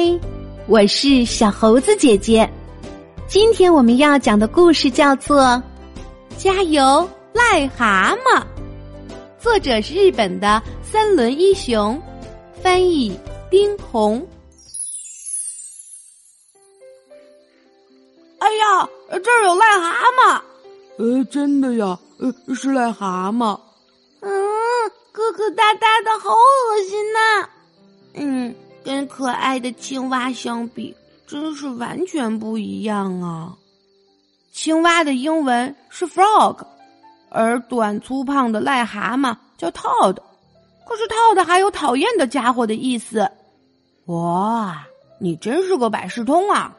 我是小猴子姐姐。今天我们要讲的故事叫做《加油癞蛤蟆》，作者是日本的三轮一雄，翻译丁红。 哎呀，这儿有癞蛤蟆！ 真的呀，是癞蛤蟆。 疙疙瘩瘩的，好恶心呐！跟可爱的青蛙相比，真是完全不一样啊。青蛙的英文是 frog， 而短粗胖的癞蛤蟆叫 Toad。可是 Toad还有讨厌的家伙的意思。哇，你真是个百事通啊！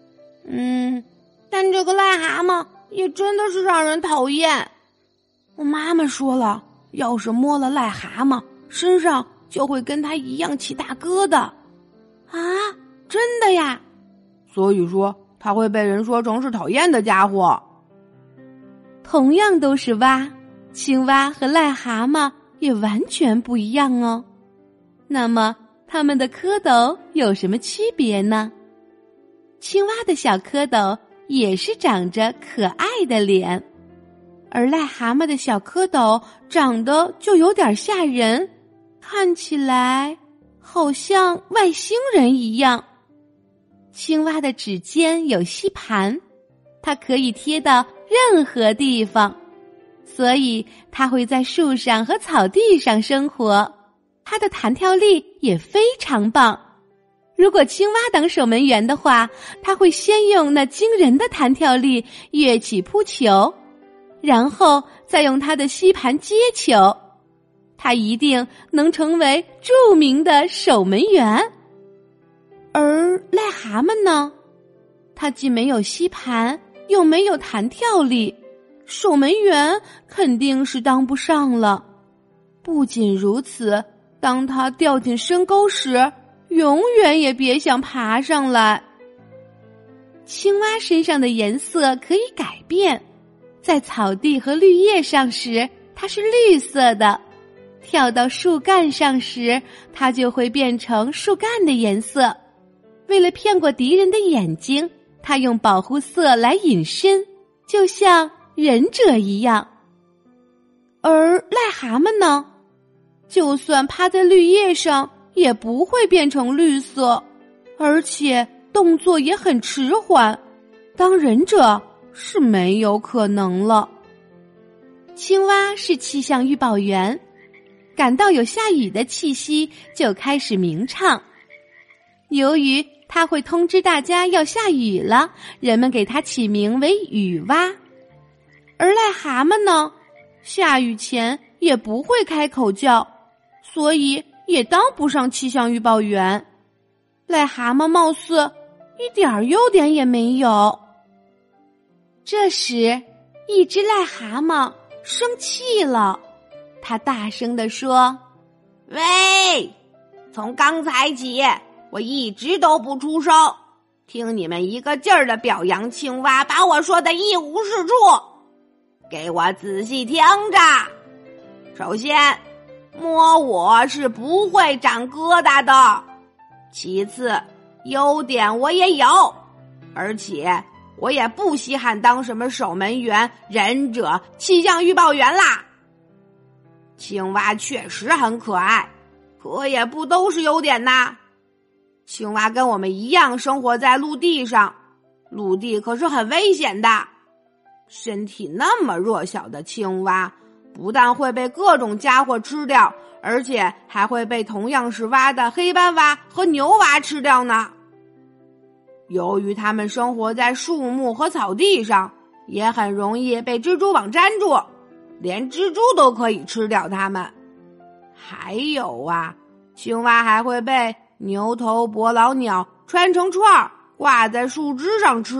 但这个癞蛤蟆也真的是让人讨厌。我妈妈说了，要是摸了癞蛤蟆，身上就会跟它一样起大疙瘩。啊，真的呀？所以说它会被人说成是讨厌的家伙。 同样都是蛙，青蛙和癞蛤蟆也完全不一样哦。那么它们的蝌蚪有什么区别呢？青蛙的小蝌蚪也是长着可爱的脸，而癞蛤蟆的小蝌蚪长得就有点吓人，看起来好像外星人一样。青蛙的指尖有吸盘，它可以贴到任何地方，所以它会在树上和草地上生活。它的弹跳力也非常棒。如果青蛙当守门员的话，它会先用那惊人的弹跳力跃起扑球，然后再用它的吸盘接球。它一定能成为著名的守门员。而癞蛤蟆呢？它既没有吸盘，又没有弹跳力，守门员肯定是当不上了。不仅如此，当它掉进深沟时，永远也别想爬上来。青蛙身上的颜色可以改变，在草地和绿叶上时，它是绿色的；跳到树干上时，它就会变成树干的颜色。为了骗过敌人的眼睛，它用保护色来隐身，就像忍者一样。而癞蛤蟆呢？就算趴在绿叶上，也不会变成绿色，而且动作也很迟缓，当忍者是没有可能了。青蛙是气象预报员，感到有下雨的气息就开始鸣唱。由于它会通知大家要下雨了，人们给它起名为雨蛙。而癞蛤蟆呢，下雨前也不会开口叫，所以也当不上气象预报员。癞蛤蟆貌似一点优点也没有。这时，一只癞蛤蟆生气了，它大声地说：“ 喂，从刚才起，我一直都不出声，听你们一个劲儿的表扬青蛙，把我说的一无是处。给我仔细听着。首先，摸我是不会长疙瘩的。其次，优点我也有，而且我也不稀罕当什么守门员、忍者、气象预报员啦。青蛙确实很可爱，可也不都是优点呐。青蛙跟我们一样生活在陆地上，陆地可是很危险的。身体那么弱小的青蛙，不但会被各种家伙吃掉，而且还会被同样是蛙的黑斑蛙和牛蛙吃掉呢。由于它们生活在树木和草地上，也很容易被蜘蛛网粘住，连蜘蛛都可以吃掉它们。还有啊，青蛙还会被牛头伯劳鸟穿成串儿挂在树枝上吃。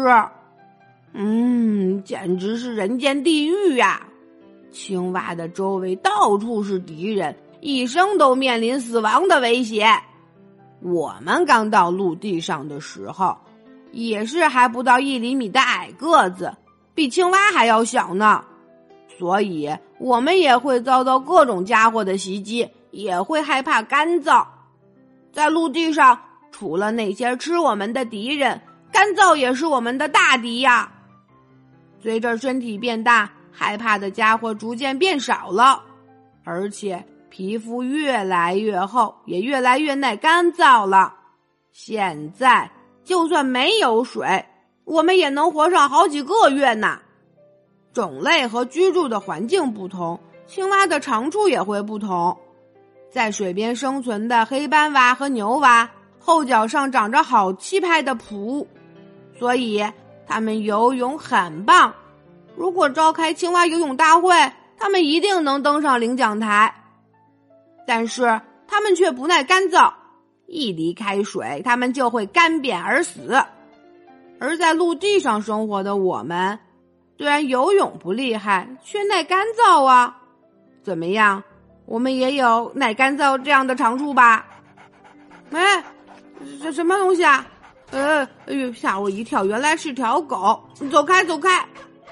简直是人间地狱呀！青蛙的周围到处是敌人，一生都面临死亡的威胁。我们刚到陆地上的时候，也是还不到1厘米的矮个子，比青蛙还要小呢。所以我们也会遭到各种家伙的袭击，也会害怕干燥。在陆地上除了那些吃我们的敌人，干燥也是我们的大敌呀。随着身体变大，害怕的家伙逐渐变少了，而且皮肤越来越厚，也越来越耐干燥了。现在就算没有水，我们也能活上好几个月呢。种类和居住的环境不同，青蛙的长处也会不同。在水边生存的黑斑蛙和牛蛙，后脚上长着好气派的蹼，所以它们游泳很棒。如果召开青蛙游泳大会，它们一定能登上领奖台。但是它们却不耐干燥，一离开水，它们就会干瘪而死。而在陆地上生活的我们，虽然游泳不厉害，却耐干燥啊。怎么样，我们也有耐干燥这样的长处吧？哎，这什么东西啊？哎呦，吓我一跳，原来是条狗！走开，走开！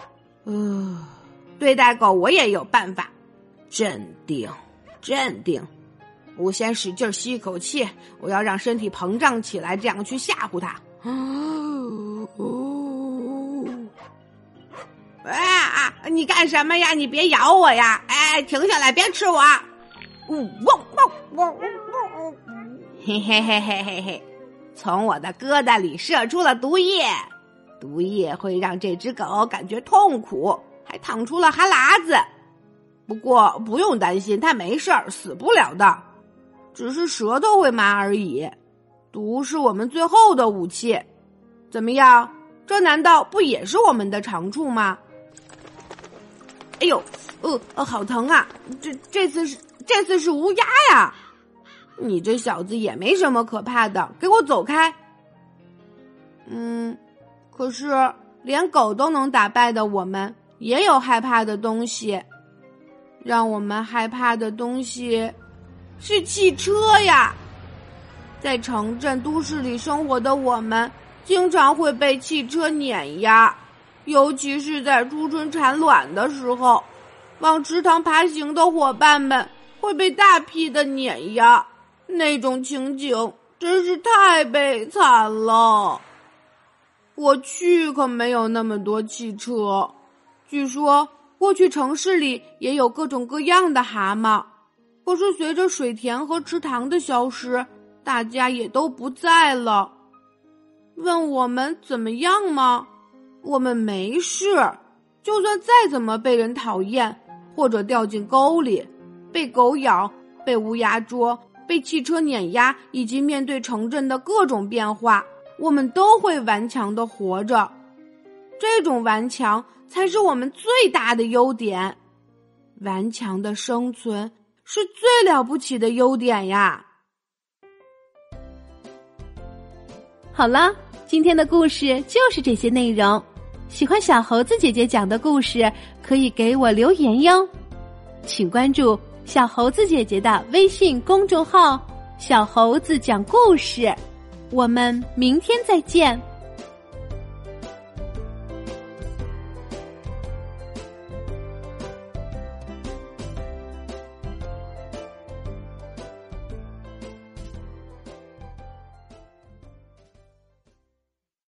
对待狗我也有办法。镇定，镇定！我先使劲吸一口气，我要让身体膨胀起来，这样去吓唬它。你干什么呀？你别咬我呀！哎，停下来，别吃我！嘿嘿嘿嘿嘿嘿，从我的疙瘩里射出了毒液，毒液会让这只狗感觉痛苦，还淌出了哈喇子。不过不用担心，它没事儿，死不了的，只是舌头会麻而已。毒是我们最后的武器。怎么样？这难道不也是我们的长处吗？哎呦，好疼啊！这次是乌鸦呀！你这小子也没什么可怕的，给我走开！可是连狗都能打败的我们，也有害怕的东西。让我们害怕的东西是汽车呀！在城镇都市里生活的我们，经常会被汽车碾压，尤其是在初春产卵的时候，往池塘爬行的伙伴们会被大批的碾压，那种情景真是太悲惨了。过去可没有那么多汽车，据说过去城市里也有各种各样的蛤蟆，可是随着水田和池塘的消失，大家也都不在了。问我们怎么样吗？我们没事，就算再怎么被人讨厌，或者掉进沟里，被狗咬，被乌鸦捉，被汽车碾压，以及面对城镇的各种变化，我们都会顽强地活着。这种顽强才是我们最大的优点。顽强的生存是最了不起的优点呀。 好了，今天的故事就是这些内容。喜欢小猴子姐姐讲的故事，可以给我留言哟。请关注小猴子姐姐的微信公众号“小猴子讲故事”。我们明天再见。